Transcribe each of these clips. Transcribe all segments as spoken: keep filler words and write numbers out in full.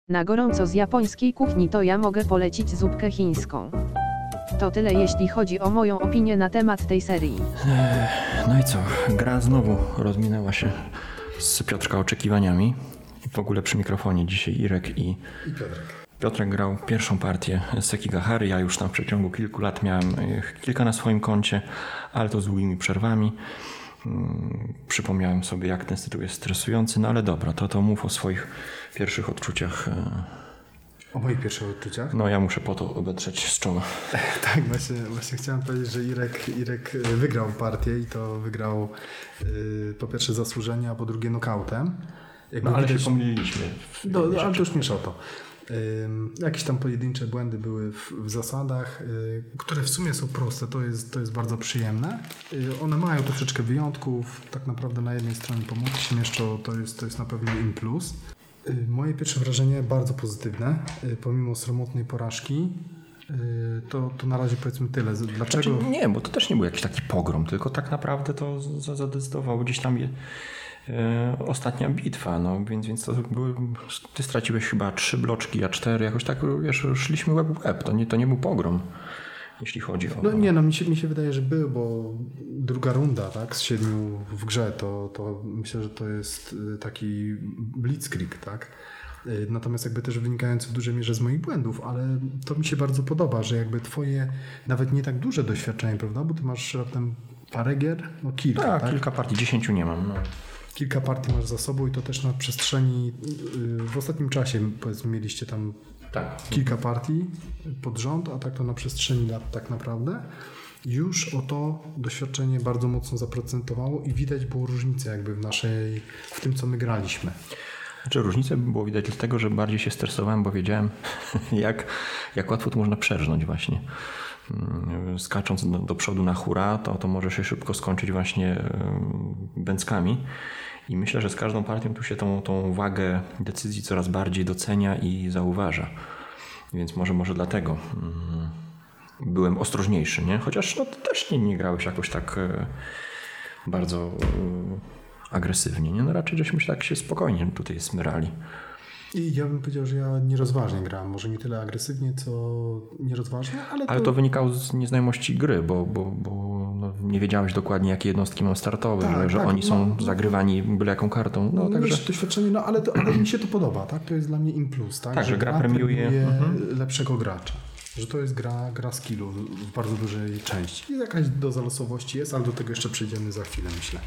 Na gorąco z japońskiej kuchni to ja mogę polecić zupkę chińską. To tyle jeśli chodzi o moją opinię na temat tej serii. No i co? Gra znowu rozminęła się z Piotrka oczekiwaniami. W ogóle przy mikrofonie dzisiaj Irek i, I Piotrek. Piotrek grał pierwszą partię Sekigahary. Ja już tam w przeciągu kilku lat miałem kilka na swoim koncie, ale to z długimi przerwami. Przypomniałem sobie, jak ten tytuł jest stresujący, no ale dobra, to, to mów o swoich pierwszych odczuciach. O moich pierwszych odczuciach? No ja muszę po to obetrzeć z czoła. Tak, właśnie, właśnie chciałem powiedzieć, że Irek, Irek wygrał partię i to wygrał yy, po pierwsze zasłużenie, a po drugie nokautem. No ale widać, się pomyliliśmy. No, ale to już mniejsza o to. Yy, jakieś tam pojedyncze błędy były w, w zasadach, yy, które w sumie są proste, to jest, to jest bardzo przyjemne. Yy, one mają troszeczkę wyjątków, tak naprawdę na jednej stronie pomocy się mieszczą, to jest, to jest na pewno im plus. Yy, moje pierwsze wrażenie bardzo pozytywne, yy, pomimo sromotnej porażki. Yy, to, to na razie powiedzmy tyle. Dlaczego? Znaczy, nie, bo to też nie był jakiś taki pogrom, tylko tak naprawdę to zadecydował gdzieś tam je, Yy, ostatnia bitwa, no więc, więc to były, ty straciłeś chyba trzy bloczki, a cztery, jakoś tak, wiesz, szliśmy łeb w łeb, to nie, to nie był pogrom, jeśli chodzi o... No nie, no mi się, mi się wydaje, że był, bo druga runda, tak, z siedmiu w grze, to, to myślę, że to jest taki blitzkrieg, tak, natomiast jakby też wynikający w dużej mierze z moich błędów, ale to mi się bardzo podoba, że jakby twoje nawet nie tak duże doświadczenie, prawda, bo ty masz raptem parę gier, no kilka, tak? tak? kilka partii, dziesięciu nie mam, no. Kilka partii masz za sobą i to też na przestrzeni, w ostatnim czasie powiedzmy mieliście tam tak. kilka partii pod rząd, a tak to na przestrzeni lat tak naprawdę. Już o to doświadczenie bardzo mocno zaprocentowało i widać było różnicę jakby w naszej, w tym co my graliśmy. Znaczy różnicę było widać dlatego, że bardziej się stresowałem, bo wiedziałem jak, jak łatwo to można przerżnąć właśnie. Skacząc do, do przodu na hura, to, to może się szybko skończyć właśnie bęckami. I myślę, że z każdą partią tu się tą, tą wagę decyzji coraz bardziej docenia i zauważa. Więc może, może dlatego mm, byłem ostrożniejszy, nie? Chociaż no, też nie, nie grałeś jakoś tak e, bardzo e, agresywnie, nie? No raczej żeśmy się tak się spokojnie tutaj smyrali. I ja bym powiedział, że ja nierozważnie grałem. Może nie tyle agresywnie, co nierozważnie, ale to... Ale to wynikało z nieznajomości gry, bo, bo, bo no nie wiedziałeś dokładnie, jakie jednostki mam startowe, tak, że, że tak, oni są no, zagrywani byle jaką kartą. No, no także... wiesz, doświadczenie, no ale, to, ale mi się to podoba, tak? To jest dla mnie in plus, tak? Tak, że, że gra, gra premiuje, premiuje mhm. lepszego gracza. Że to jest gra, gra skillu w bardzo dużej części. I jakaś doza losowości jest, ale do tego jeszcze przejdziemy za chwilę, myślę.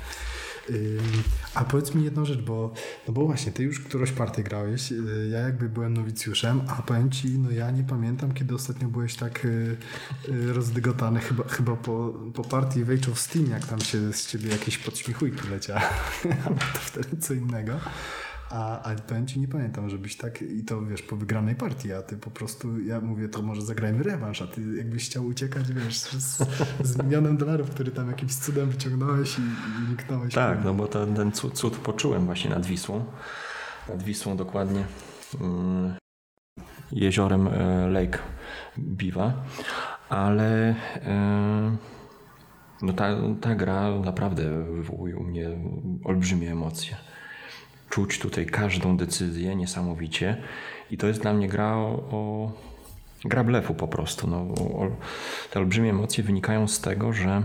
A powiedz mi jedną rzecz, bo, no bo właśnie ty już którąś partię grałeś, ja jakby byłem nowicjuszem, a powiem ci, no ja nie pamiętam, kiedy ostatnio byłeś tak rozdygotany, chyba, chyba po, po partii w Age of Steam, jak tam się z ciebie jakieś podśmiechujki leciały, ale to wtedy co innego. A, a powiem ci, nie pamiętam, żebyś tak, i to wiesz, po wygranej partii, a ty po prostu, ja mówię, to może zagrajmy rewanż, a ty jakbyś chciał uciekać, wiesz, z, z milionem dolarów, który tam jakimś cudem wyciągnąłeś i, i uniknąłeś. Tak, no bo ten, ten cud, cud poczułem właśnie nad Wisłą, nad Wisłą dokładnie, mm, jeziorem e, Lake Biwa, ale e, no ta, ta gra naprawdę wywołuje u mnie olbrzymie emocje. Czuć tutaj każdą decyzję niesamowicie i to jest dla mnie gra o, o gra blefu po prostu. No, o, te olbrzymie emocje wynikają z tego, że,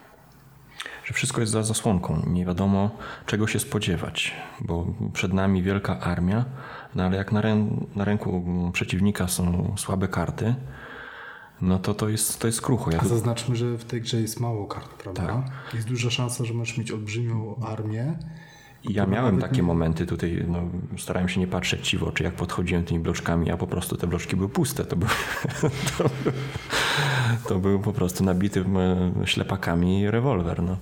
że wszystko jest za zasłonką. Nie wiadomo czego się spodziewać, bo przed nami wielka armia, no ale jak na, rę, na ręku przeciwnika są słabe karty, no to to jest, to jest krucho. Ja A zaznaczmy, że w tej grze jest mało kart, prawda? Tak. Jest duża szansa, że możesz mieć olbrzymią armię. I ja miałem takie momenty tutaj, no, starałem się nie patrzeć ci w oczy, jak podchodziłem tymi bloczkami, a po prostu te bloczki były puste. To był, to był, to był po prostu nabity ślepakami rewolwer. No.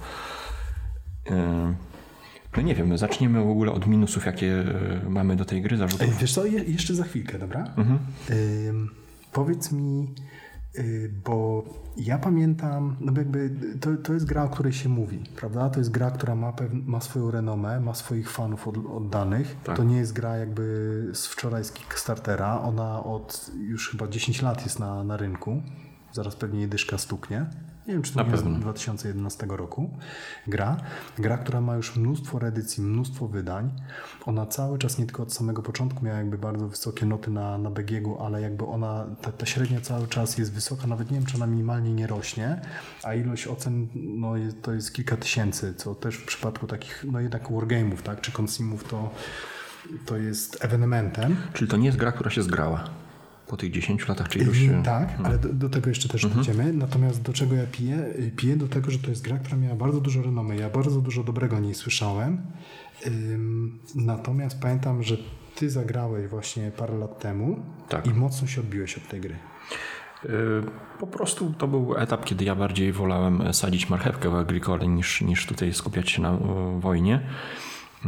no nie wiem, zaczniemy w ogóle od minusów, jakie mamy do tej gry zarzutów. Ej, wiesz co, Je- jeszcze za chwilkę, dobra? Mhm. Ym, powiedz mi, bo ja pamiętam, no jakby to, to jest gra, o której się mówi, prawda? To jest gra, która ma, pew- ma swoją renomę, ma swoich fanów od, oddanych. Tak. To nie jest gra jakby z wczoraj z Kickstartera. Ona od już chyba dziesięć lat jest na, na rynku. zaraz pewnie jej dyszka stuknie. Nie wiem, czy to Na nie jest pewno. z dwa tysiące jedenastego roku. Gra, gra, która ma już mnóstwo reedycji, mnóstwo wydań. Ona cały czas, nie tylko od samego początku, miała jakby bardzo wysokie noty na, na B G G-u, ale jakby ona, ta, ta średnia cały czas jest wysoka, nawet nie wiem, czy ona minimalnie nie rośnie, a ilość ocen no, jest, to jest kilka tysięcy, co też w przypadku takich, no jednak wargame'ów, tak, czy consimów to, to jest ewenementem. Czyli to nie jest gra, która się zgrała po tych dziesięciu latach, czy iluś... Tak, ale do, do tego jeszcze też Mhm. dojdziemy. Natomiast do czego ja piję? Piję do tego, że to jest gra, która miała bardzo dużo renomy. Ja bardzo dużo dobrego o niej słyszałem. Ym, natomiast pamiętam, że ty zagrałeś właśnie parę lat temu Tak. i mocno się odbiłeś od tej gry. Yy, Po prostu to był etap, kiedy ja bardziej wolałem sadzić marchewkę w Agricole niż, niż tutaj skupiać się na e, wojnie. Yy,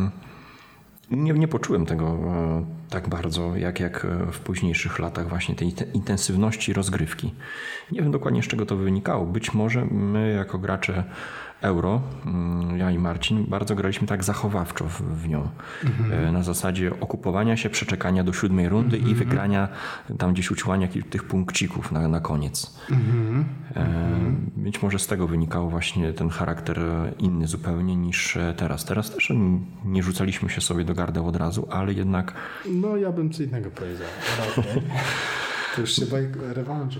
Nie, nie poczułem tego e, tak bardzo, jak, jak w późniejszych latach właśnie tej te- intensywności rozgrywki. Nie wiem dokładnie, z czego to wynikało. Być może my jako gracze Euro, mm, ja i Marcin, bardzo graliśmy tak zachowawczo w, w nią. E, Na zasadzie okupowania się, przeczekania do siódmej rundy i wygrania, tam gdzieś uciłania jakich- tych punkcików na, na koniec. E, Być może z tego wynikało właśnie ten charakter inny zupełnie niż teraz. Teraz też nie rzucaliśmy się sobie do gardeł od razu, ale jednak No ja bym co innego powiedział. Raczej. To już się baj rewanżu.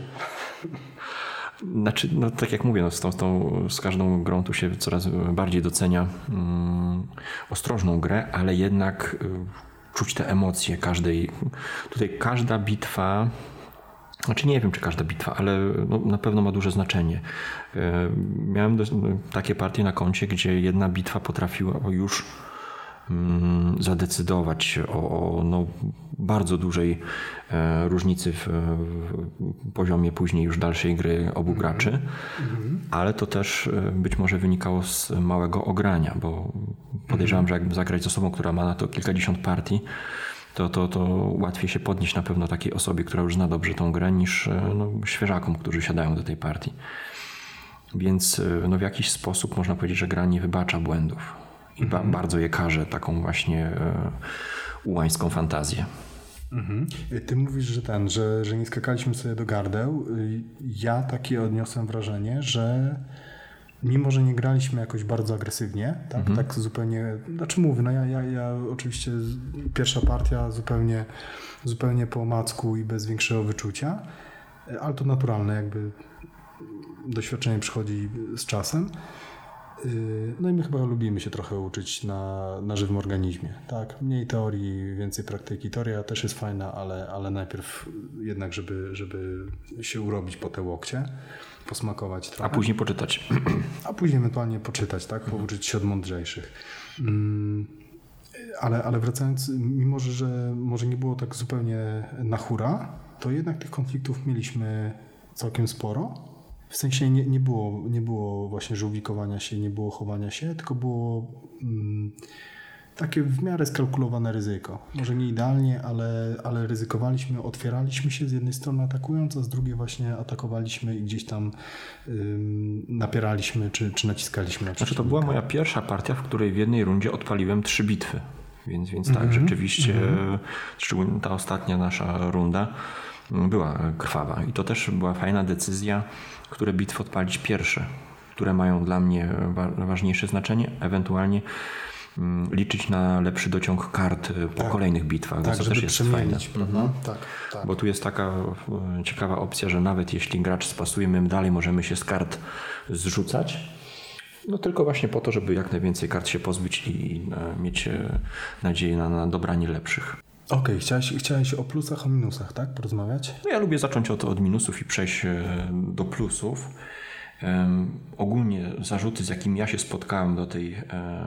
Znaczy, no tak jak mówię, no z, tą, z, tą, z każdą grą tu się coraz bardziej docenia mm, ostrożną grę, ale jednak y, czuć te emocje każdej. Tutaj każda bitwa, znaczy nie wiem, czy każda bitwa, ale no, na pewno ma duże znaczenie. Y, miałem do, takie partie na koncie, gdzie jedna bitwa potrafiła już mm, zadecydować o, o no, bardzo dużej e, różnicy w, w poziomie później już dalszej gry obu mm-hmm. graczy, mm-hmm. ale to też e, być może wynikało z małego ogrania, bo podejrzewam, mm-hmm. że jakby zagrać z osobą, która ma na to kilkadziesiąt partii, to, to, to łatwiej się podnieść na pewno takiej osobie, która już zna dobrze tą grę, niż e, no, świeżakom, którzy siadają do tej partii. Więc e, no, w jakiś sposób można powiedzieć, że gra nie wybacza błędów i ba- mm-hmm. bardzo je karze taką właśnie e, ułańską fantazję. Mhm. Ty mówisz, że ten, że, że nie skakaliśmy sobie do gardeł. Ja takie odniosłem wrażenie, że mimo, że nie graliśmy jakoś bardzo agresywnie, tak, mhm. tak zupełnie, znaczy mówię, no ja, ja, ja oczywiście pierwsza partia zupełnie, zupełnie po omacku i bez większego wyczucia, ale to naturalne, jakby doświadczenie przychodzi z czasem. No i my chyba lubimy się trochę uczyć na, na żywym organizmie. Tak? Mniej teorii, więcej praktyki. Teoria też jest fajna, ale, ale najpierw jednak, żeby, żeby się urobić po te łokcie, posmakować trochę. A później poczytać. A później ewentualnie poczytać, tak? Pouczyć się od mądrzejszych. Mm, ale, ale wracając, mimo że, że może nie było tak zupełnie na hura, to jednak tych konfliktów mieliśmy całkiem sporo. W sensie nie, nie, było, nie było właśnie żółwikowania się, nie było chowania się, tylko było mm, takie w miarę skalkulowane ryzyko. Może nie idealnie, ale, ale ryzykowaliśmy, otwieraliśmy się z jednej strony atakując, a z drugiej właśnie atakowaliśmy i gdzieś tam ym, napieraliśmy czy, czy naciskaliśmy na przeciwnika. Znaczy to była moja pierwsza partia, w której w jednej rundzie odpaliłem trzy bitwy. Więc, więc tak, mm-hmm. rzeczywiście mm-hmm. szczególnie ta ostatnia nasza runda była krwawa. I to też była fajna decyzja, które bitwy odpalić pierwsze, które mają dla mnie wa- ważniejsze znaczenie, ewentualnie mm, liczyć na lepszy dociąg kart po tak. kolejnych bitwach, tak, co też jest fajne. Mhm. Tak, tak. Bo tu jest taka e, ciekawa opcja, że nawet jeśli gracz spasuje, my dalej możemy się z kart zrzucać. No tylko właśnie po to, żeby jak najwięcej kart się pozbyć i e, mieć e, nadzieję na, na dobranie lepszych. Okej, okay, chciałeś, chciałeś o plusach, o minusach, tak? Porozmawiać? No ja lubię zacząć od, od minusów i przejść do plusów. Um, ogólnie zarzuty, z jakimi ja się spotkałem do tej,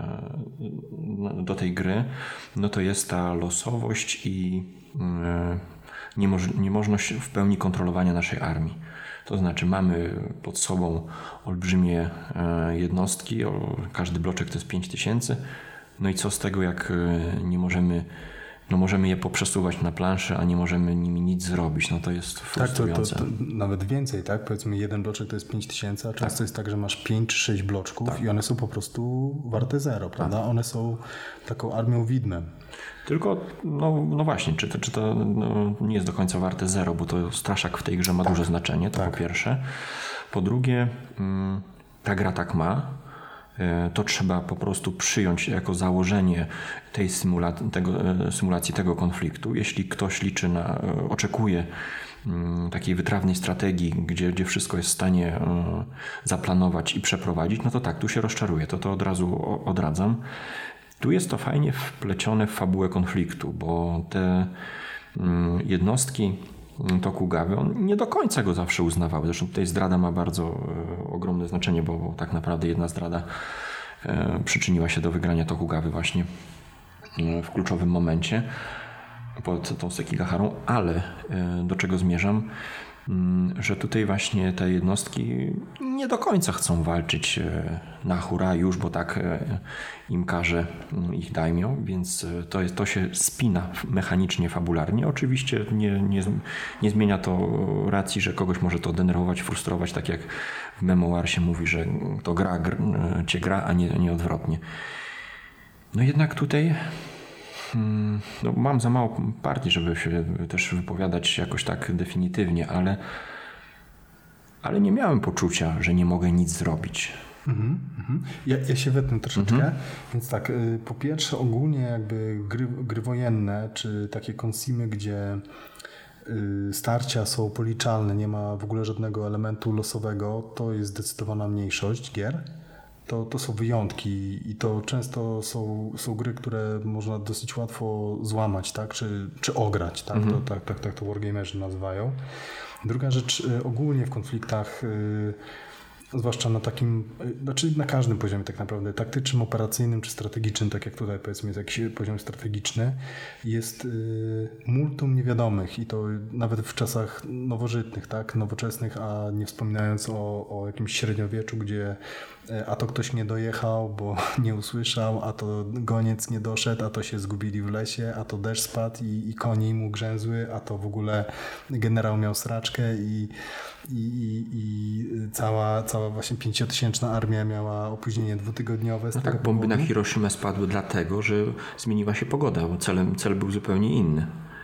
um, do tej gry, no to jest ta losowość i um, niemoż- niemożność w pełni kontrolowania naszej armii. To znaczy mamy pod sobą olbrzymie um, jednostki, o, każdy bloczek to jest pięć tysięcy. No i co z tego, jak nie możemy no możemy je poprzesuwać na planszy, a nie możemy nimi nic zrobić. No to jest frustrujące. Tak, to, to, to nawet więcej, tak? Powiedzmy jeden bloczek to jest pięć tysięcy, a często tak. jest tak, że masz pięć czy sześć bloczków tak. i one są po prostu warte zero, prawda? Tak. One są taką armią widmem. Tylko, no, no właśnie, czy to, czy to no, nie jest do końca warte zero, bo to straszak w tej grze ma tak. duże znaczenie, to tak. po pierwsze. Po drugie, ta gra tak ma, to trzeba po prostu przyjąć jako założenie tej symula- tego, symulacji tego konfliktu. Jeśli ktoś liczy na, oczekuje takiej wytrawnej strategii, gdzie, gdzie wszystko jest w stanie zaplanować i przeprowadzić, no to tak, tu się rozczaruje, to to od razu odradzam. Tu jest to fajnie wplecione w fabułę konfliktu, bo te jednostki Tokugawy, on nie do końca go zawsze uznawały. Zresztą tutaj zdrada ma bardzo e, ogromne znaczenie, bo, bo tak naprawdę jedna zdrada e, przyczyniła się do wygrania Tokugawy właśnie e, w kluczowym momencie pod tą Sekigaharą, ale e, do czego zmierzam? Że tutaj właśnie te jednostki nie do końca chcą walczyć na hura już, bo tak im każe ich daimyo, więc to, jest, to się spina mechanicznie, fabularnie. Oczywiście nie, nie, nie zmienia to racji, że kogoś może to denerwować, frustrować, tak jak w Memoir się mówi, że to gra gr, cię gra, a nie, nie odwrotnie. No jednak tutaj no, mam za mało partii, żeby się też wypowiadać jakoś tak definitywnie, ale, ale nie miałem poczucia, że nie mogę nic zrobić. Mm-hmm, mm-hmm. Ja, ja się wetnę troszeczkę, mm-hmm. więc tak, y, po pierwsze ogólnie jakby gry, gry wojenne, czy takie konsimy, gdzie y, starcia są policzalne, nie ma w ogóle żadnego elementu losowego, to jest zdecydowana mniejszość gier. To, to są wyjątki i to często są, są gry, które można dosyć łatwo złamać, tak? Czy, czy ograć, tak? Mm-hmm. To, tak, tak, tak to wargamerzy nazywają. Druga rzecz, ogólnie w konfliktach, yy, zwłaszcza na takim, znaczy na każdym poziomie tak naprawdę, taktycznym, operacyjnym czy strategicznym, tak jak tutaj powiedzmy jest jakiś poziom strategiczny, jest yy, multum niewiadomych i to nawet w czasach nowożytnych, tak? Nowoczesnych, a nie wspominając o, o jakimś średniowieczu, gdzie a to ktoś nie dojechał, bo nie usłyszał, a to goniec nie doszedł, a to się zgubili w lesie, a to deszcz spadł i, i konie mu grzęzły, a to w ogóle generał miał sraczkę i, i, i, i cała, cała właśnie pięciotysięczna armia miała opóźnienie dwutygodniowe. No tak, bomby na Hiroshimę spadły dlatego, że zmieniła się pogoda, bo celem, cel był zupełnie inny.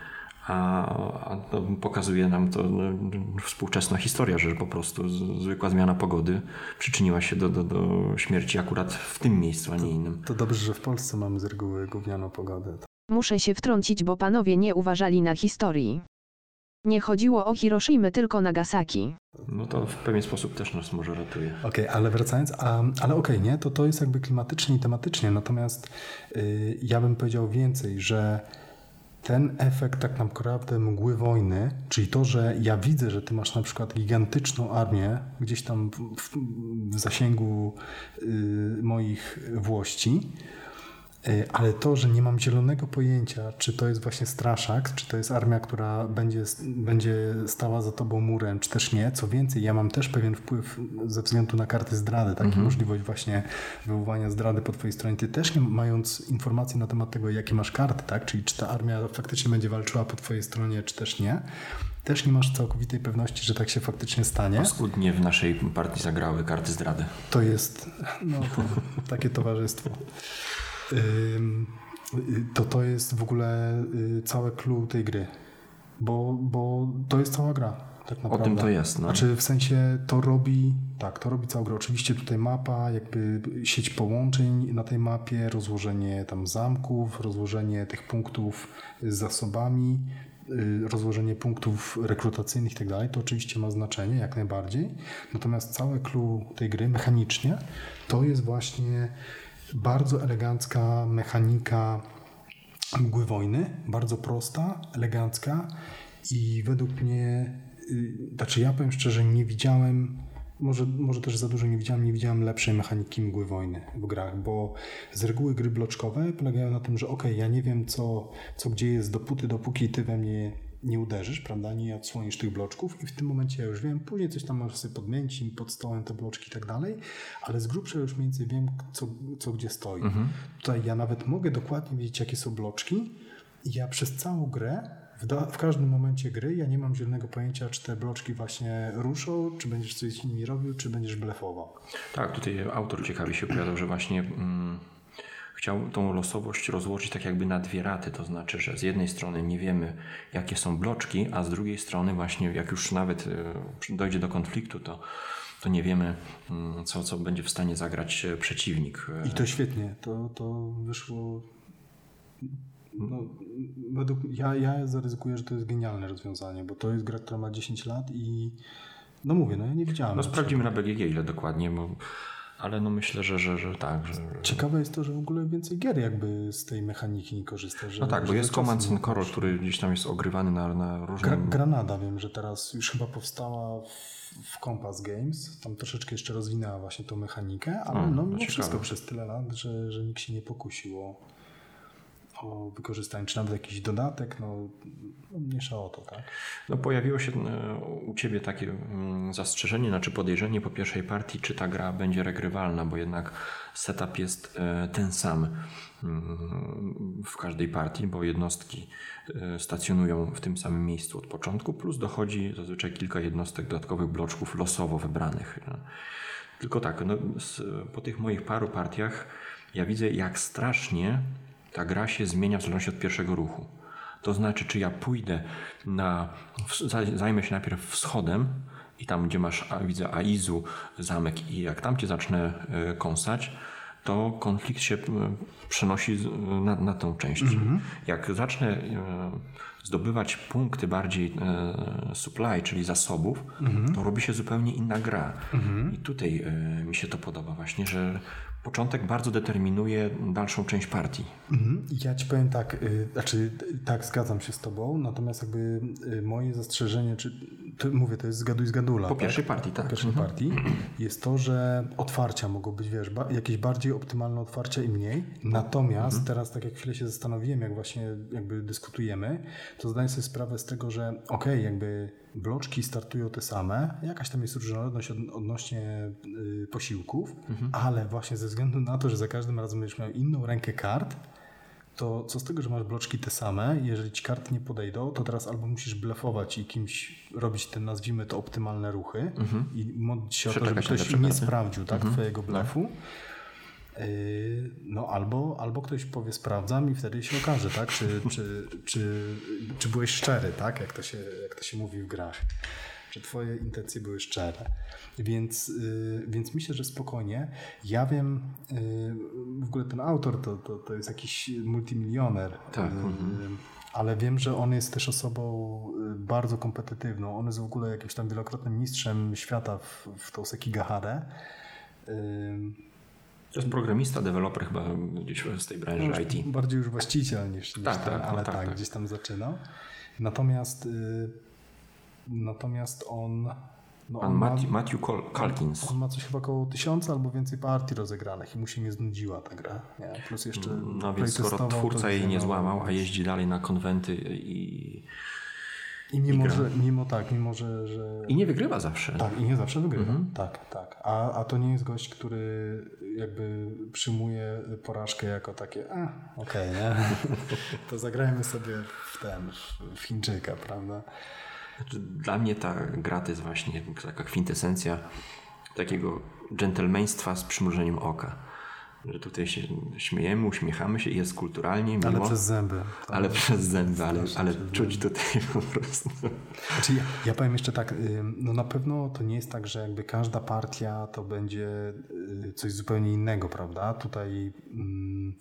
A, a to pokazuje nam to no, współczesna historia, że po prostu z, zwykła zmiana pogody przyczyniła się do, do, do śmierci akurat w tym miejscu, a nie innym. To, to dobrze, że w Polsce mamy z reguły gównianą pogodę. Muszę się wtrącić, bo panowie nie uważali na historii. Nie chodziło o Hiroshimę, tylko Nagasaki. No to w pewien sposób też nas może ratuje. Okej, okay, ale wracając, a, ale okej, okay, nie, to to jest jakby klimatycznie i tematycznie, natomiast yy, ja bym powiedział więcej, że ten efekt tak naprawdę mgły wojny, czyli to, że ja widzę, że ty masz na przykład gigantyczną armię gdzieś tam w, w, w zasięgu y, moich włości, y, ale to, że nie mam zielonego pojęcia, czy to jest właśnie straszak, czy to jest armia, która będzie, będzie stała za tobą murem, czy też nie. Co więcej, ja mam też pewien wpływ ze względu na karty zdrady, taką mhm. możliwość właśnie wywołania zdrady po twojej stronie. Ty też nie mając informacji na temat tego, jakie masz karty, tak? Czyli czy ta armia faktycznie będzie walczyła po twojej stronie, czy też nie. Też nie masz całkowitej pewności, że tak się faktycznie stanie. Paskudnie w naszej partii zagrały karty zdrady. To jest no, to, takie towarzystwo. To to jest w ogóle całe clue tej gry, bo, bo to jest cała gra tak naprawdę. O tym to jest. No. Znaczy w sensie to robi, tak, to robi całą grę. Oczywiście tutaj mapa, jakby sieć połączeń na tej mapie, rozłożenie tam zamków, rozłożenie tych punktów z zasobami, rozłożenie punktów rekrutacyjnych i tak dalej, to oczywiście ma znaczenie, jak najbardziej. Natomiast całe clue tej gry mechanicznie to jest właśnie bardzo elegancka mechanika mgły wojny, bardzo prosta, elegancka i według mnie, znaczy ja powiem szczerze, nie widziałem, może, może też za dużo nie widziałem, nie widziałem lepszej mechaniki mgły wojny w grach, bo z reguły gry bloczkowe polegają na tym, że okej, okay, ja nie wiem co, co gdzie jest dopóty, dopóki ty we mnie nie uderzysz, prawda, nie odsłonisz tych bloczków i w tym momencie ja już wiem, później coś tam możesz sobie podmienić pod stołem te bloczki i tak dalej, ale z grubsza już mniej więcej wiem, co, co gdzie stoi. Mhm. Tutaj ja nawet mogę dokładnie wiedzieć, jakie są bloczki ja przez całą grę, w, da, w każdym momencie gry, ja nie mam zielonego pojęcia, czy te bloczki właśnie ruszą, czy będziesz coś z nimi robił, czy będziesz blefował. Tak, tutaj autor ciekawie się opowiadał, że właśnie mm, chciał tą losowość rozłożyć tak jakby na dwie raty, to znaczy, że z jednej strony nie wiemy, jakie są bloczki, a z drugiej strony właśnie jak już nawet y, dojdzie do konfliktu, to to nie wiemy, co, co będzie w stanie zagrać przeciwnik. I to świetnie. To, to wyszło... No, według ja, ja zaryzykuję, że to jest genialne rozwiązanie, bo to jest gra, która ma dziesięć lat i no mówię, no ja nie widziałem. No sprawdzimy na B G G ile dokładnie, bo, ale no myślę, że, że, że tak. Że, Ciekawe jest to, że w ogóle więcej gier jakby z tej mechaniki nie korzysta. Że, no tak, bo jest Command and Control, który gdzieś tam jest ogrywany na, na różne... Gra, Granada wiem, że teraz już chyba powstała w, w Compass Games, tam troszeczkę jeszcze rozwinęła właśnie tą mechanikę, ale o, no mimo wszystko przez tyle lat, że, że nikt się nie pokusił o, o wykorzystanie, czy nawet jakiś dodatek, no, no mniejsza o to, tak? No pojawiło się u Ciebie takie zastrzeżenie, znaczy podejrzenie po pierwszej partii, czy ta gra będzie regrywalna, bo jednak setup jest ten sam w każdej partii, bo jednostki stacjonują w tym samym miejscu od początku, plus dochodzi zazwyczaj kilka jednostek dodatkowych bloczków losowo wybranych. Tylko tak, no, po tych moich paru partiach ja widzę, jak strasznie ta gra się zmienia w zależności od pierwszego ruchu. To znaczy, czy ja pójdę na, zajmę się najpierw wschodem i tam, gdzie masz, widzę Aizu, zamek i jak tam cię zacznę kąsać, to konflikt się przenosi na, na tą część. Mm-hmm. Jak zacznę zdobywać punkty bardziej supply, czyli zasobów, mm-hmm. to robi się zupełnie inna gra. Mm-hmm. I tutaj mi się to podoba właśnie, że początek bardzo determinuje dalszą część partii. Mhm. Ja ci powiem tak, y, znaczy tak, zgadzam się z tobą, natomiast jakby y, moje zastrzeżenie, czy to, mówię, to jest zgaduj z gadula. Po tak? pierwszej partii, tak. Po pierwszej mhm. partii jest to, że otwarcia mogą być, wiesz, ba- jakieś bardziej optymalne otwarcia i mniej. Natomiast mhm. teraz, tak jak chwilę się zastanowiłem, jak właśnie jakby dyskutujemy, to zdaję sobie sprawę z tego, że okej, okay, jakby bloczki startują te same, jakaś tam jest różnorodność od, odnośnie y, posiłków, mhm. ale właśnie ze względu na to, że za każdym razem będziesz miał inną rękę kart, to co z tego, że masz bloczki te same, jeżeli ci karty nie podejdą, to teraz albo musisz blefować i kimś robić te, nazwijmy to, optymalne ruchy mhm. i modlić się o to, żeby ktoś nie sprawdził tak, mhm. twojego blefu. No albo, albo ktoś powie sprawdzam i wtedy się okaże, tak? Czy, czy, czy, czy byłeś szczery, tak? Jak to się, jak to się mówi w grach. Czy twoje intencje były szczere. Więc, yy, więc myślę, że spokojnie. Ja wiem, yy, w ogóle ten autor to, to, to jest jakiś multimilioner. Tak. Yy, mhm. Ale wiem, że on jest też osobą bardzo kompetytywną. On jest w ogóle jakimś tam wielokrotnym mistrzem świata w, w tą Sekigaharę. Yy, To jest programista, deweloper chyba gdzieś z tej branży no, I T. Bardziej już właściciel niż, niż tak, ten, tak, ale tak, tak, tak, gdzieś tam zaczynał. Natomiast, yy, natomiast on... No Pan on Matthew, ma, Matthew Calkins. On ma coś chyba około tysiąca albo więcej partii rozegranych i mu się nie znudziła ta gra. Nie? Plus jeszcze no więc skoro twórca jej nie złamał, a jeździ dalej na konwenty i... I mimo, I że, mimo tak, mimo że, że... I nie wygrywa zawsze. Tak, i nie zawsze wygrywa. Mhm. Tak, tak. A, a to nie jest gość, który jakby przyjmuje porażkę jako takie, a okej, okay, nie? To zagrajmy sobie w ten, w Chińczyka, prawda? Znaczy, dla mnie ta gra to jest właśnie taka kwintesencja takiego dżentelmeństwa z przymrużeniem oka. Że tutaj się śmiejemy, uśmiechamy się i jest kulturalnie, miło. Ale przez zęby. Ale przez zęby, ale, ale czuć tutaj po prostu. Znaczy ja, ja powiem jeszcze tak, no na pewno to nie jest tak, że jakby każda partia to będzie coś zupełnie innego, prawda? Tutaj mm,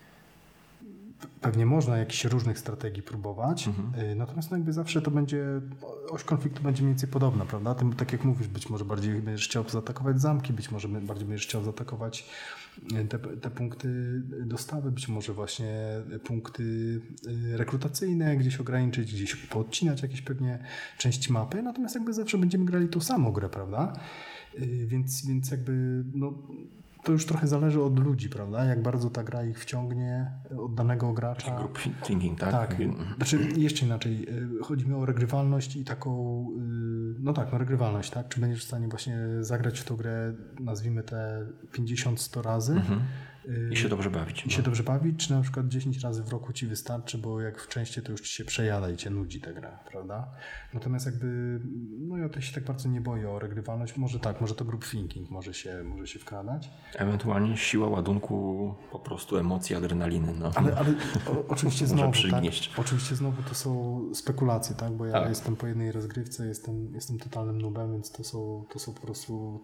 pewnie można jakichś różnych strategii próbować, mhm. natomiast no jakby zawsze to będzie, oś konfliktu będzie mniej więcej podobna, prawda? Tym, tak jak mówisz, być może bardziej będziesz chciał zaatakować zamki, być może bardziej będziesz chciał zaatakować te, te punkty dostawy, być może właśnie punkty rekrutacyjne, gdzieś ograniczyć, gdzieś podcinać jakieś pewnie części mapy, natomiast jakby zawsze będziemy grali tą samą grę, prawda? Więc, więc jakby no to już trochę zależy od ludzi, prawda? Jak bardzo ta gra ich wciągnie od danego gracza. Group thinking, tak? Tak. Znaczy jeszcze inaczej. Chodzi mi o regrywalność i taką, no tak, no regrywalność, tak? Czy będziesz w stanie właśnie zagrać w tą grę, nazwijmy te pięćdziesiąt sto razy, mhm. I się dobrze bawić. I no. się dobrze bawić, czy na przykład dziesięć razy w roku ci wystarczy, bo jak w części to już ci się przejada i cię nudzi ta gra, prawda? Natomiast jakby, no ja to się tak bardzo nie boję o regrywalność. Może tak, może to group thinking może się, może się wkradać. Ewentualnie siła ładunku, po prostu emocji, adrenaliny. No. Ale, ale o, oczywiście znowu, tak, przygnieść. oczywiście znowu to są spekulacje, tak? Bo ja tak. jestem po jednej rozgrywce, jestem, jestem totalnym nubem, więc to są, to są po prostu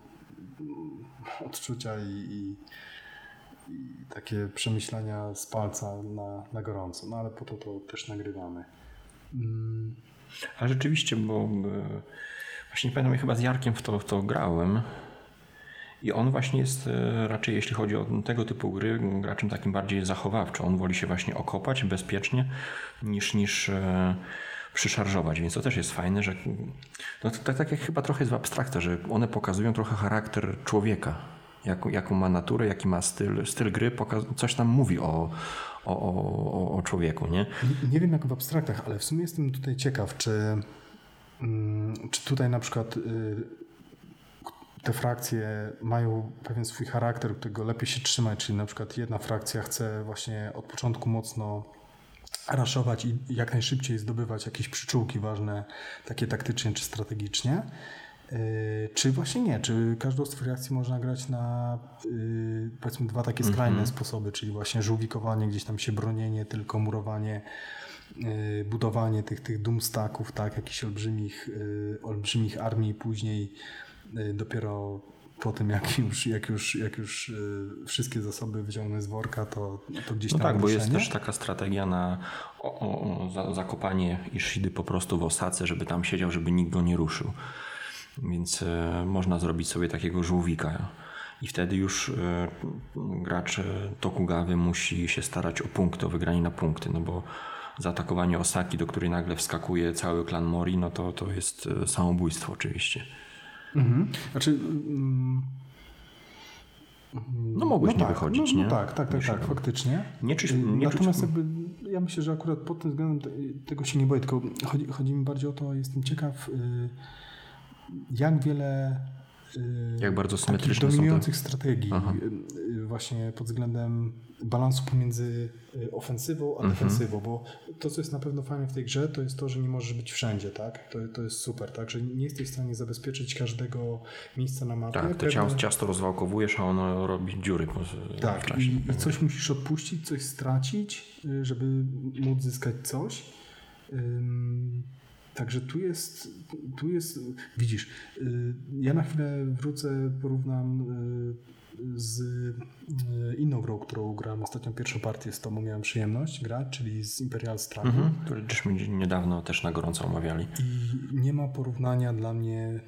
odczucia i, i i takie przemyślenia z palca na, na gorąco. No ale po to to też nagrywamy. Mm. Ale rzeczywiście, bo właśnie nie pamiętam, ja chyba z Jarkiem w to, w to grałem i on właśnie jest raczej, jeśli chodzi o tego typu gry, graczem takim bardziej zachowawczym. On woli się właśnie okopać bezpiecznie niż, niż przyszarżować, więc to też jest fajne, że no to tak, tak jak chyba trochę jest w abstrakcie, że one pokazują trochę charakter człowieka. Jaką, jaką ma naturę, jaki ma styl, styl gry, pokaz- coś tam mówi o, o, o, o człowieku, nie? nie? Nie wiem jak w abstraktach, ale w sumie jestem tutaj ciekaw, czy, mm, czy tutaj na przykład y, te frakcje mają pewien swój charakter, którego lepiej się trzymać, czyli na przykład jedna frakcja chce właśnie od początku mocno raszować i jak najszybciej zdobywać jakieś przyczółki ważne, takie taktycznie czy strategicznie. Yy, czy właśnie nie, czy każdą z frakcji można grać na yy, powiedzmy dwa takie skrajne mm-hmm. sposoby, czyli właśnie żółwikowanie, gdzieś tam się bronienie, tylko murowanie, yy, budowanie tych, tych doomstacków, tak, jakichś olbrzymich, yy, olbrzymich armii, później yy, dopiero po tym jak już, jak już, jak już yy, wszystkie zasoby wyciągnę z worka, to, to gdzieś no tam tak, ruszenie. Bo jest też taka strategia na o, o, o, za, zakopanie Ishidy po prostu w osace, żeby tam siedział, żeby nikt go nie ruszył. Więc e, można zrobić sobie takiego żółwika i wtedy już e, gracz Tokugawy musi się starać o punkty, o wygranie na punkty, no bo zaatakowanie Osaki, do której nagle wskakuje cały klan Mori, no to, to jest samobójstwo oczywiście. Mhm. Znaczy... Mm... No mogłeś no nie tak, wychodzić, no, nie? no tak, tak, tak, tak, faktycznie. Nie czyś, nie Natomiast czuć... jakby ja myślę, że akurat pod tym względem tego się nie boję, tylko chodzi, chodzi mi bardziej o to, jestem ciekaw, jak wiele jak bardzo symetryczne dominujących są te... strategii Aha. właśnie pod względem balansu pomiędzy ofensywą a defensywą, mhm. bo to, co jest na pewno fajne w tej grze, to jest to, że nie możesz być wszędzie, tak? To, to jest super, tak? Że nie jesteś w stanie zabezpieczyć każdego miejsca na mapie. Tak, to Pewne... ciasto rozwałkowujesz, a ono robi dziury po Tak, w czasie. I, i coś musisz odpuścić, coś stracić, żeby móc zyskać coś. Um, Także tu jest, tu jest, widzisz, ja na chwilę wrócę, porównam z inną grą, którą grałem ostatnio pierwszą partię z tobą, miałem przyjemność grać, czyli z Imperial Struggle. Mhm, który żeśmy niedawno też na gorąco omawiali. I nie ma porównania dla mnie,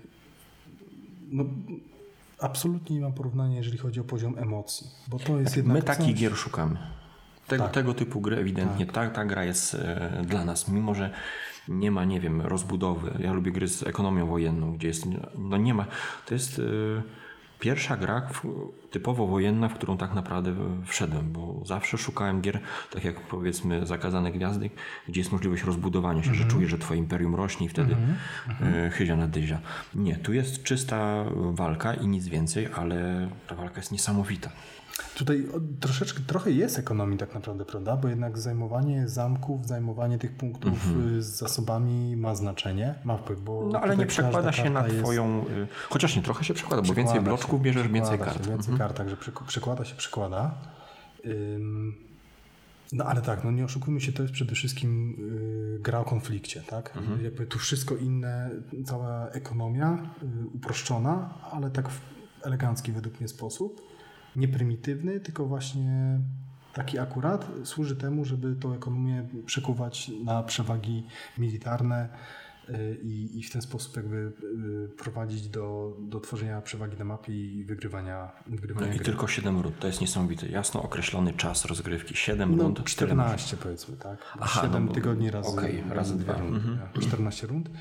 no absolutnie nie ma porównania, jeżeli chodzi o poziom emocji, bo to jest tak, jednak My takich coś... gier szukamy. Tego, tak. tego typu gry ewidentnie, tak. ta, ta gra jest e, dla nas, mimo że nie ma, nie wiem, rozbudowy. Ja lubię gry z ekonomią wojenną, gdzie jest, no nie ma, to jest e, pierwsza gra w, typowo wojenna, w którą tak naprawdę wszedłem, bo zawsze szukałem gier, tak jak powiedzmy Zakazane Gwiazdy, gdzie jest możliwość rozbudowania się, mm-hmm. że czujesz, że twoje imperium rośnie i wtedy mm-hmm. e, chyzia na dyzia. Nie, tu jest czysta walka i nic więcej, ale ta walka jest niesamowita. Tutaj troszeczkę, trochę jest ekonomii tak naprawdę, prawda? Bo jednak zajmowanie zamków, zajmowanie tych punktów mm-hmm. z zasobami ma znaczenie, ma wpływ. Bo no ale nie przekłada się na twoją... Jest... Chociaż nie, trochę się przekłada, bo więcej bloczków bierzesz, więcej kart. Się, więcej mm-hmm. kart, także przekłada się, przekłada. Ym... No ale tak, no nie oszukujmy się, to jest przede wszystkim yy, gra o konflikcie, tak? Mm-hmm. Jakby tu wszystko inne, cała ekonomia yy, uproszczona, ale tak w elegancki według mnie sposób. Nie prymitywny, tylko właśnie taki akurat służy temu, żeby tą ekonomię przekuwać na przewagi militarne i, i w ten sposób jakby prowadzić do, do tworzenia przewagi na mapie i wygrywania, wygrywania no i gry. tylko siedem rund, to jest niesamowite. Jasno określony czas rozgrywki. siedem no, rund, czternaście powiedzmy, tak? Aha, siedem no, tygodni razy, okay, razy dwa. rundy. Mm-hmm. czternaście rund.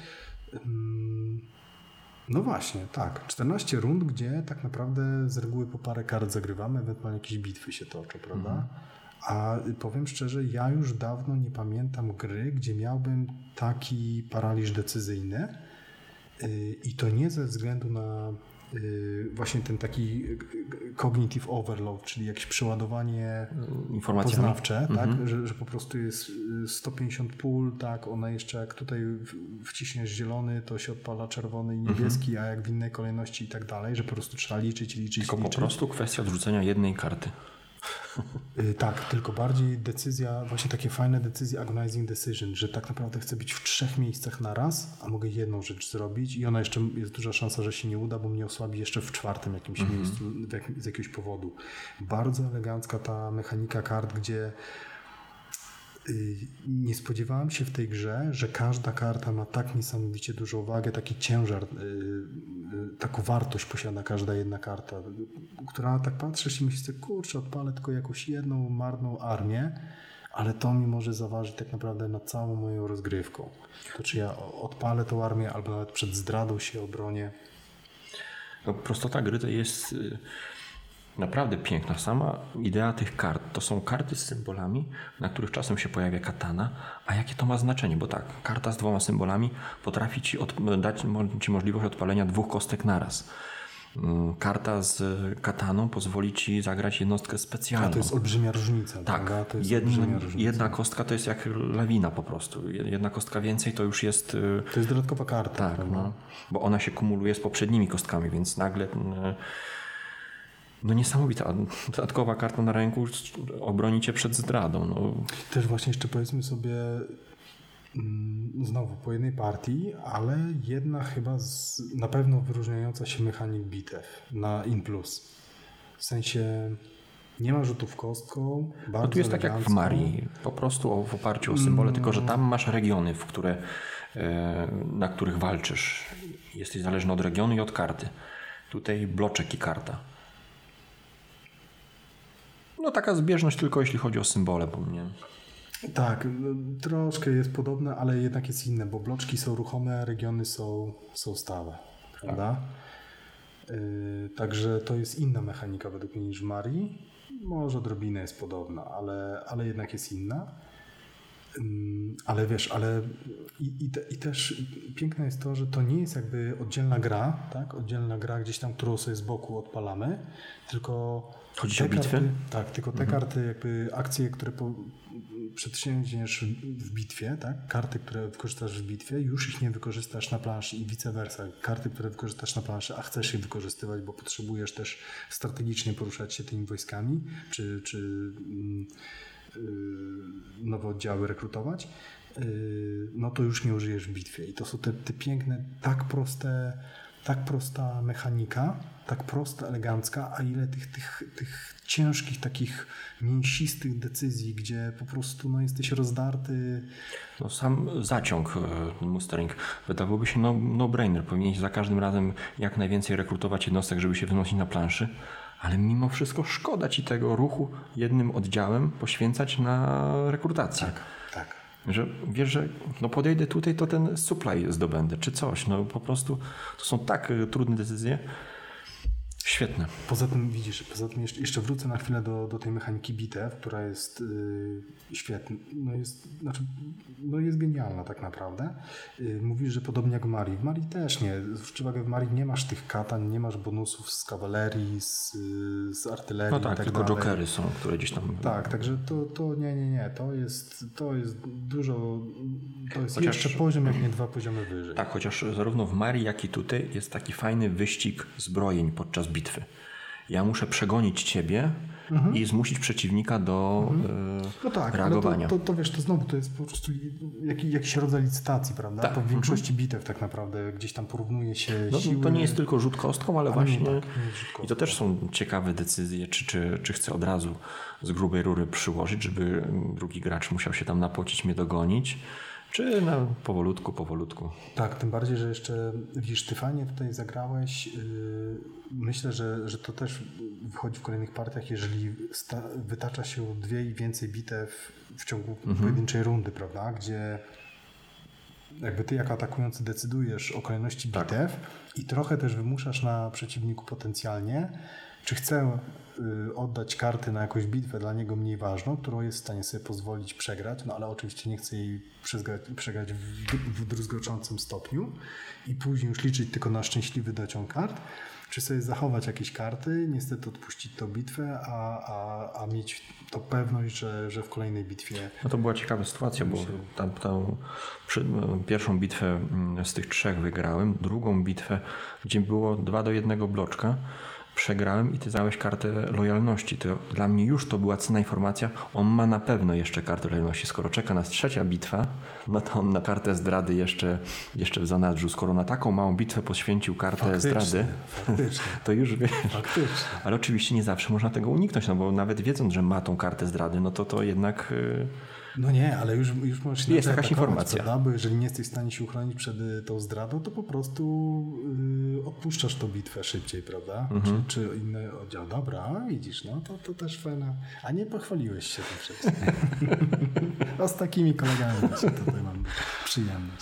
No właśnie, tak. czternaście rund, gdzie tak naprawdę z reguły po parę kart zagrywamy, ewentualnie jakieś bitwy się toczą, prawda? Mhm. A powiem szczerze, ja już dawno nie pamiętam gry, gdzie miałbym taki paraliż decyzyjny i to nie ze względu na yy, właśnie ten taki cognitive overload, czyli jakieś przeładowanie poznawcze, mhm. tak? że, że po prostu jest sto pięćdziesiąt pól, tak? Ona jeszcze jak tutaj wciśniesz zielony, to się odpala czerwony i niebieski, mhm. a jak w innej kolejności i tak dalej, że po prostu trzeba liczyć, liczyć, Tylko liczyć. po prostu kwestia odrzucenia jednej karty. Yy, tak, tylko bardziej decyzja, właśnie takie fajne decyzje, agonizing decision, że tak naprawdę chcę być w trzech miejscach na raz, a mogę jedną rzecz zrobić i ona jeszcze jest duża szansa, że się nie uda, bo mnie osłabi jeszcze w czwartym jakimś mm-hmm. miejscu jak, z jakiegoś powodu. Bardzo elegancka ta mechanika kart, gdzie yy, nie spodziewałem się w tej grze, że każda karta ma tak niesamowicie dużą wagę, taki ciężar, yy, yy, taką wartość posiada każda jedna karta, która tak patrzysz i myślisz, kurczę, odpalę tylko jakąś jedną marną armię, ale to mi może zaważyć tak naprawdę nad całą moją rozgrywką. To czy ja odpalę tą armię, albo nawet przed zdradą się obronię. No, prostota gry to jest naprawdę piękna. Sama idea tych kart to są karty z symbolami, na których czasem się pojawia katana, a jakie to ma znaczenie? Bo tak, karta z dwoma symbolami potrafi ci od, dać ci możliwość odpalenia dwóch kostek naraz. Karta z kataną pozwoli ci zagrać jednostkę specjalną. A to jest olbrzymia różnica. Tak, to jest jedna, olbrzymia różnica. jedna kostka to jest jak lawina po prostu. Jedna kostka więcej to już jest... To jest dodatkowa karta. Tak, no, bo ona się kumuluje z poprzednimi kostkami, więc nagle... No niesamowita. Dodatkowa karta na ręku obroni cię przed zdradą. No. Też właśnie jeszcze powiedzmy sobie znowu po jednej partii, ale jedna chyba z, na pewno wyróżniająca się mechanik bitew na in plus. W sensie nie ma rzutów kostką. Bardzo no tu jest elegancko. Tak jak w Marii. Po prostu w oparciu o symbole, mm. tylko że tam masz regiony, w które, na których walczysz. Jesteś zależny od regionu i od karty. Tutaj bloczek i karta. No taka zbieżność tylko jeśli chodzi o symbole, bo mnie... Tak, troszkę jest podobne, ale jednak jest inne, bo bloczki są ruchome, regiony są, są stałe, prawda? Tak. Yy, także to jest inna mechanika według mnie niż w Marii. Może odrobinę jest podobna, ale, ale jednak jest inna. Yy, ale wiesz, ale i, i, te, i też piękne jest to, że to nie jest jakby oddzielna gra, tak? Oddzielna gra gdzieś tam, którą sobie z boku odpalamy, tylko... Chodzi o bitwy? Karty, tak, tylko te mhm. karty, jakby akcje, które po, przedsięwzięsz w bitwie, tak? Karty, które wykorzystasz w bitwie, już ich nie wykorzystasz na planszy i vice versa. Karty, które wykorzystasz na planszy, a chcesz je wykorzystywać, bo potrzebujesz też strategicznie poruszać się tymi wojskami, czy, czy yy, nowe oddziały rekrutować, yy, no to już nie użyjesz w bitwie. I to są te, te piękne, tak proste, tak prosta mechanika, tak prosta, elegancka, a ile tych, tych, tych ciężkich, takich mięsistych decyzji, gdzie po prostu no, jesteś rozdarty. No, sam zaciąg mustering wydawałoby się no, no-brainer. Powinieneś za każdym razem jak najwięcej rekrutować jednostek, żeby się wynosić na planszy, ale mimo wszystko szkoda ci tego ruchu jednym oddziałem poświęcać na rekrutację. Tak, tak. Że wiesz, że no podejdę tutaj, to ten supply zdobędę, czy coś. No po prostu to są tak trudne decyzje. Świetne. Poza tym widzisz, poza tym jeszcze, jeszcze wrócę na chwilę do, do tej mechaniki bitew, która jest yy, świetna, no jest, znaczy, no jest genialna tak naprawdę. Yy, mówisz, że podobnie jak w Marii. W Marii też nie. Zwróć uwagę, w Marii nie masz tych katań, nie masz bonusów z kawalerii, z, z artylerii. No tak, tak tylko dalej. jokery są, które gdzieś tam... Tak, także to, to nie, nie, nie. To jest, to jest dużo, to jest chociaż, jeszcze poziom, jak nie dwa poziomy wyżej. Tak, chociaż zarówno w Marii, jak i tutaj jest taki fajny wyścig zbrojeń podczas bitwy. bitwy. Ja muszę przegonić ciebie mhm. i zmusić przeciwnika do mhm. y, no tak, reagowania. Ale to, to, to wiesz, to znowu to jest po prostu jak, jakiś rodzaj licytacji, prawda? Tak. To w większości mhm. bitew tak naprawdę gdzieś tam porównuje się no, siły. To nie jest tylko rzut kostką, ale, ale właśnie tak, kostką, i to też są ciekawe decyzje, czy, czy, czy chcę od razu z grubej rury przyłożyć, żeby drugi gracz musiał się tam napocić, mnie dogonić. Czy no, powolutku, powolutku. Tak, tym bardziej, że jeszcze widzisz, ty fajnie tutaj zagrałeś. Yy, myślę, że, że to też wychodzi w kolejnych partiach, jeżeli sta- wytacza się dwie i więcej bitew w ciągu mhm. pojedynczej rundy, prawda? Gdzie jakby ty jako atakujący decydujesz o kolejności bitew tak. i trochę też wymuszasz na przeciwniku potencjalnie czy chce y, oddać karty na jakąś bitwę dla niego mniej ważną, którą jest w stanie sobie pozwolić przegrać, no ale oczywiście nie chce jej przegrać, przegrać w, w druzgoczącym stopniu i później już liczyć tylko na szczęśliwy dociąg kart, czy sobie zachować jakieś karty, niestety odpuścić tą bitwę, a, a, a mieć to pewność, że, że w kolejnej bitwie... No to była ciekawa sytuacja, bo tam, tam przy, pierwszą bitwę z tych trzech wygrałem, drugą bitwę, gdzie było dwa do jednego bloczka, przegrałem i ty zająłeś kartę lojalności. To dla mnie już to była cenna informacja. On ma na pewno jeszcze kartę lojalności. Skoro czeka nas trzecia bitwa, no to on na kartę zdrady jeszcze, jeszcze w zanadrzu. Skoro na taką małą bitwę poświęcił kartę faktycznie, zdrady, faktycznie. To już wiesz. Faktycznie. Ale oczywiście nie zawsze można tego uniknąć, no bo nawet wiedząc, że ma tą kartę zdrady, no to to jednak... No nie, ale już, już możesz jest jakaś informacja. Prawda? Bo jeżeli nie jesteś w stanie się uchronić przed tą zdradą, to po prostu yy, odpuszczasz tą bitwę szybciej, prawda? Mhm. Czy, czy inny oddział. Dobra, widzisz, no to, to też fajna. A nie pochwaliłeś się tym wcześniej. No z takimi kolegami właśnie tutaj mam przyjemność.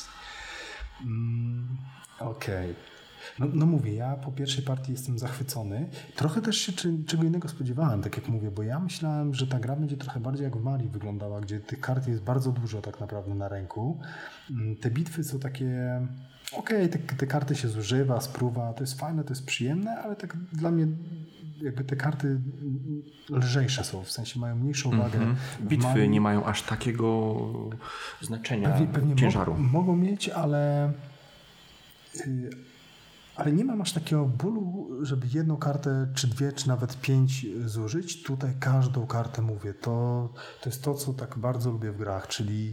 Mm, Okej. Okay. No, no mówię, ja po pierwszej partii jestem zachwycony. Trochę też się czy, czego innego spodziewałem, tak jak mówię, bo ja myślałem, że ta gra będzie trochę bardziej jak w Mali wyglądała, gdzie tych kart jest bardzo dużo tak naprawdę na ręku. Te bitwy są takie... Okej, okay, te, te karty się zużywa, spruwa, to jest fajne, to jest przyjemne, ale tak dla mnie jakby te karty lżejsze są, w sensie mają mniejszą wagę. Mm-hmm. Bitwy Mali... nie mają aż takiego znaczenia, pewnie, pewnie ciężaru. Mogą, mogą mieć, ale... Yy, Ale nie mam aż takiego bólu, żeby jedną kartę, czy dwie, czy nawet pięć zużyć. Tutaj każdą kartę mówię. To, to jest to, co tak bardzo lubię w grach, czyli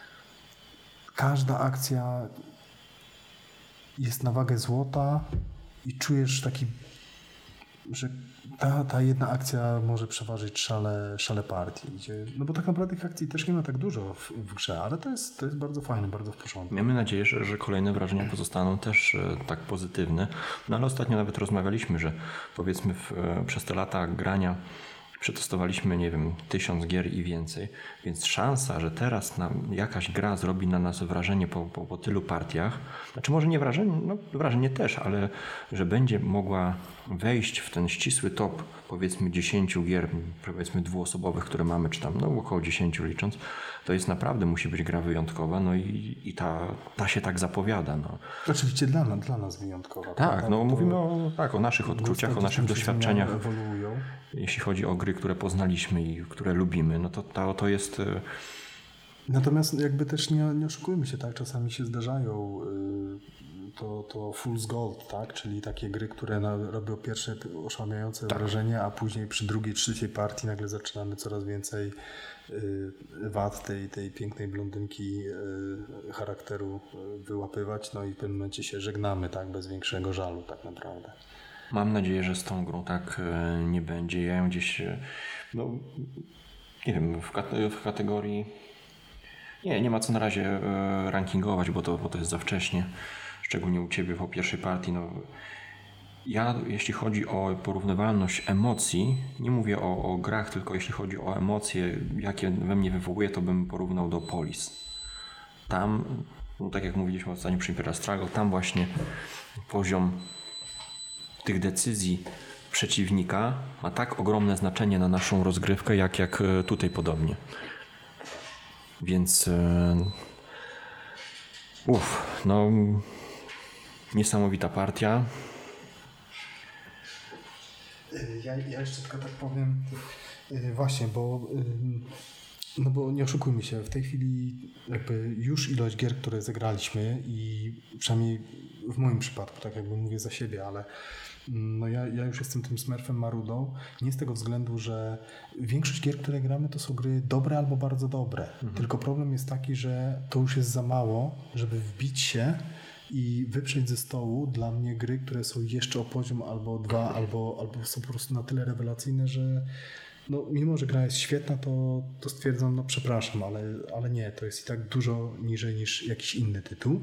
każda akcja jest na wagę złota i czujesz taki, że ta, ta jedna akcja może przeważyć szale, szale partii. Gdzie, no bo tak naprawdę tych akcji też nie ma tak dużo w, w grze, ale to jest, to jest bardzo fajne, bardzo w porządku. Mamy nadzieję, że, że kolejne wrażenia pozostaną też e, tak pozytywne. No ale ostatnio nawet rozmawialiśmy, że powiedzmy w, e, przez te lata grania przetestowaliśmy, nie wiem, tysiąc gier i więcej, więc szansa, że teraz nam jakaś gra zrobi na nas wrażenie po, po, po tylu partiach, znaczy może nie wrażenie, no wrażenie też, ale że będzie mogła wejść w ten ścisły top, powiedzmy dziesięciu gier, powiedzmy dwuosobowych, które mamy, czy tam no około dziesięciu licząc, to jest naprawdę, musi być gra wyjątkowa, no i, i ta, ta się tak zapowiada. No. Oczywiście dla nas, dla nas wyjątkowa. Tak, tak no to mówimy o, tak, o naszych odczuciach, o naszych doświadczeniach. Ewoluują. Jeśli chodzi o gry, które poznaliśmy i które lubimy, no to to, to jest... Natomiast jakby też nie, nie oszukujmy się, tak, czasami się zdarzają yy, to, to Fool's Gold, tak, czyli takie gry, które na, robią pierwsze oszałamiające tak. wrażenie, a później przy drugiej, trzeciej partii nagle zaczynamy coraz więcej yy, wad tej, tej pięknej blondynki yy, charakteru yy, wyłapywać, no i w pewnym momencie się żegnamy, tak, bez większego żalu tak naprawdę. Mam nadzieję, że z tą grą tak nie będzie. Ja ją gdzieś, no nie wiem, w, kate- w kategorii... Nie, nie ma co na razie rankingować, bo to, bo to jest za wcześnie. Szczególnie u Ciebie po pierwszej partii. No, ja, jeśli chodzi o porównywalność emocji, nie mówię o, o grach, tylko jeśli chodzi o emocje, jakie we mnie wywołuje, to bym porównał do Polis. Tam, no, tak jak mówiliśmy o ostatnim przy Imperial Struggle, tam właśnie poziom tych decyzji przeciwnika ma tak ogromne znaczenie na naszą rozgrywkę, jak, jak tutaj podobnie. Więc uff, no niesamowita partia. Ja, ja jeszcze tylko tak powiem właśnie, bo no bo nie oszukujmy się, w tej chwili jakby już ilość gier, które zagraliśmy i przynajmniej w moim przypadku, tak jakby mówię za siebie, ale no ja, ja już jestem tym smurfem marudą, nie z tego względu, że większość gier, które gramy, to są gry dobre albo bardzo dobre. Mhm. Tylko problem jest taki, że to już jest za mało, żeby wbić się i wyprzeć ze stołu dla mnie gry, które są jeszcze o poziom albo dwa, albo, albo są po prostu na tyle rewelacyjne, że no, mimo że gra jest świetna, to, to stwierdzam, no przepraszam, ale, ale nie, to jest i tak dużo niżej niż jakiś inny tytuł.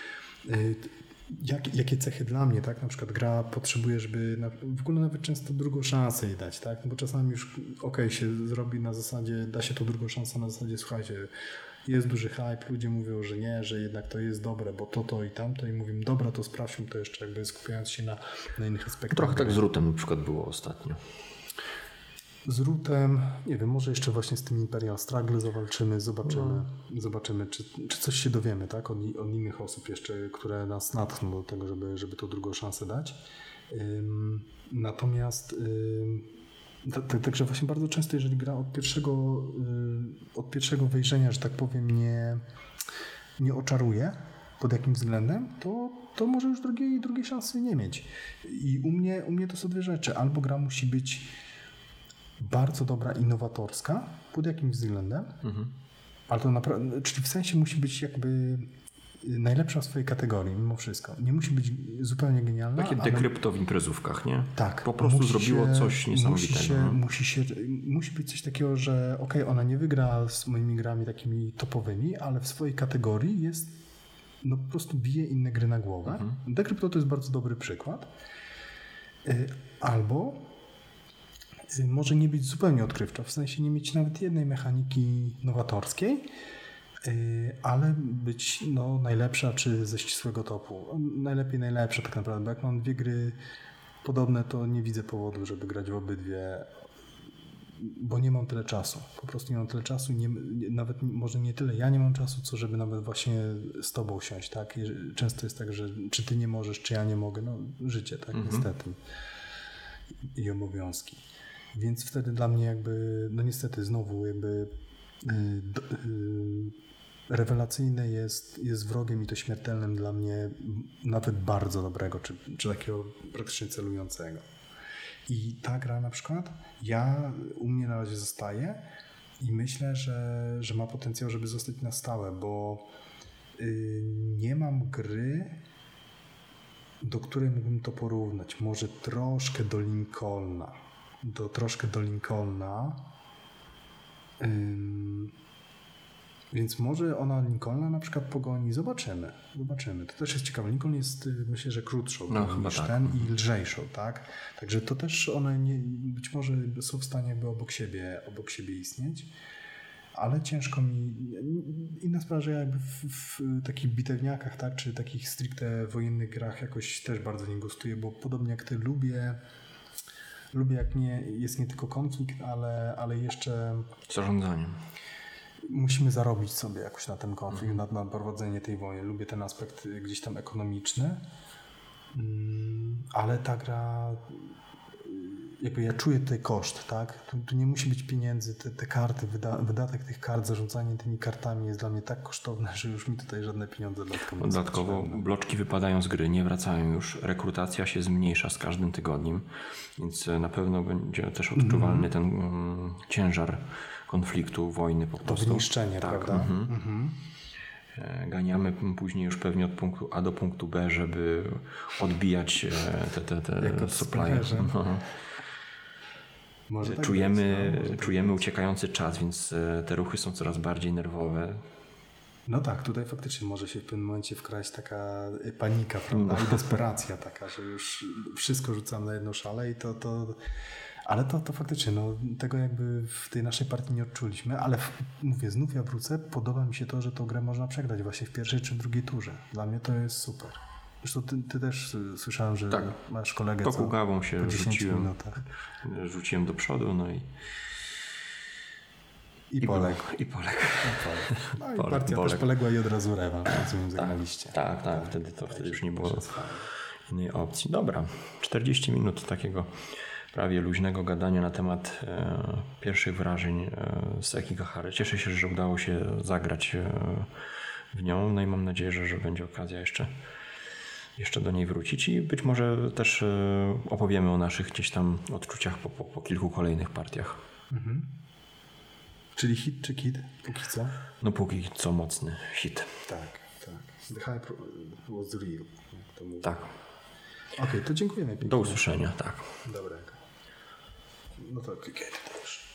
Jak, jakie cechy dla mnie, tak? Na przykład gra potrzebuje, żeby na, w ogóle nawet często drugą szansę jej dać, tak? No bo czasami już okej, okay, się zrobi na zasadzie, da się tą drugą szansę na zasadzie, słuchajcie, jest duży hype, ludzie mówią, że nie, że jednak to jest dobre, bo to, to i tamto i mówimy, dobra, to sprawdźmy to jeszcze, jakby skupiając się na, na innych aspektach. Trochę tak z Rootem na przykład było ostatnio. Z Rootem, nie wiem, może jeszcze właśnie z tym Imperial Struggle zawalczymy, zobaczymy, no. zobaczymy czy, czy coś się dowiemy, tak, od, od innych osób jeszcze, które nas natchną do tego, żeby, żeby tą drugą szansę dać. Ym, natomiast ym, tak, tak, także właśnie bardzo często, jeżeli gra od pierwszego, y, od pierwszego wejrzenia, że tak powiem, nie, nie oczaruje pod jakim względem, to, to może już drugiej, drugiej szansy nie mieć. I u mnie, u mnie to są dwie rzeczy. Albo gra musi być bardzo dobra, innowatorska, pod jakimś względem, mhm. ale to naprawdę, czyli w sensie musi być jakby najlepsza w swojej kategorii, mimo wszystko. Nie musi być zupełnie genialna. Takie dekrypto ale... w imprezówkach, nie? Tak. Po prostu zrobiło się, coś niesamowitego. Musi, się, musi, się, musi być coś takiego, że okej, okay, ona nie wygra z moimi grami takimi topowymi, ale w swojej kategorii jest, no po prostu bije inne gry na głowę. Mhm. Dekrypto to jest bardzo dobry przykład. Albo może nie być zupełnie odkrywcza, w sensie nie mieć nawet jednej mechaniki nowatorskiej, ale być no, najlepsza czy ze ścisłego topu. Najlepiej najlepsza tak naprawdę, bo jak mam dwie gry podobne, to nie widzę powodu, żeby grać w obydwie, bo nie mam tyle czasu. Po prostu nie mam tyle czasu, nie, nawet może nie tyle ja nie mam czasu, co żeby nawet właśnie z tobą siąść. Tak? Często jest tak, że czy ty nie możesz, czy ja nie mogę. No życie, tak mhm. niestety. I obowiązki. Więc wtedy dla mnie jakby, no niestety znowu jakby yy, yy, rewelacyjne jest, jest wrogiem i to śmiertelnym dla mnie nawet bardzo dobrego, czy, czy takiego praktycznie celującego. I ta gra na przykład, ja u mnie na razie zostaje i myślę, że, że ma potencjał, żeby zostać na stałe, bo yy, nie mam gry, do której mógłbym to porównać. Może troszkę do Lincolna. Do, troszkę do Lincolna. Ym, więc może ona Lincolna na przykład pogoni. Zobaczymy. Zobaczymy. To też jest ciekawe. Lincoln jest, myślę, że krótszą no, niż tak. ten i lżejszą, tak? Także to też one nie, być może są w stanie jakby obok siebie, obok siebie istnieć. Ale ciężko mi... Inna sprawa, że ja jakby w, w takich bitewniakach, tak, czy takich stricte wojennych grach jakoś też bardzo nie gustuję, bo podobnie jak ty lubię, lubię jak nie, jest nie tylko konflikt, ale, ale jeszcze... Zarządzanie. Musimy zarobić sobie jakoś na ten konflikt, mhm. na, na prowadzenie tej wojny. Lubię ten aspekt gdzieś tam ekonomiczny, ale ta gra... Jakby ja czuję tutaj koszt, tak? Tu, tu nie musi być pieniędzy, te, te karty, wyda, wydatek tych kart, zarządzanie tymi kartami jest dla mnie tak kosztowne, że już mi tutaj żadne pieniądze dodatkowo nie Dodatkowo bloczki wypadają z gry, nie wracają już. Rekrutacja się zmniejsza z każdym tygodniem, więc na pewno będzie też odczuwalny mm. ten um, ciężar konfliktu, wojny po prostu. To zniszczenie, tak, prawda? Mm-hmm. Mm-hmm. Ganiamy później już pewnie od punktu A do punktu B, żeby odbijać te, te, te supply. Może tak czujemy, być, no, może czujemy tak uciekający czas, więc te ruchy są coraz bardziej nerwowe. No tak, tutaj faktycznie może się w pewnym momencie wkraść taka panika, prawda? I desperacja taka, że już wszystko rzucam na jedną szalę i to... to... Ale to, to faktycznie, no, tego jakby w tej naszej partii nie odczuliśmy, ale w, mówię, znów ja wrócę, podoba mi się to, że tą grę można przegrać właśnie w pierwszej czy w drugiej turze. Dla mnie to jest super. Zresztą ty, ty też słyszałem, że tak. masz kolegę, to kugawą się po rzuciłem, minutach. rzuciłem do przodu, no i i, I poległ. I poległ. No i poległ, partia poległ. też poległa i od razu rewanż, rozumiem, zagraliście. Tak, tak, tak, wtedy to wtedy już nie było innej opcji. Dobra, czterdzieści minut takiego prawie luźnego gadania na temat e, pierwszych wrażeń e, z Ekigahary. Cieszę się, że udało się zagrać e, w nią, no i mam nadzieję, że, że będzie okazja jeszcze, jeszcze do niej wrócić i być może też e, opowiemy o naszych gdzieś tam odczuciach po, po, po kilku kolejnych partiach. Mhm. Czyli hit czy kit? Póki co? No póki co mocny hit. Tak, tak. The hype was real. To mówię. Tak. Okej, okay, to dziękujemy pięknie. Do usłyszenia, tak. Dobra. No to klikaj to już.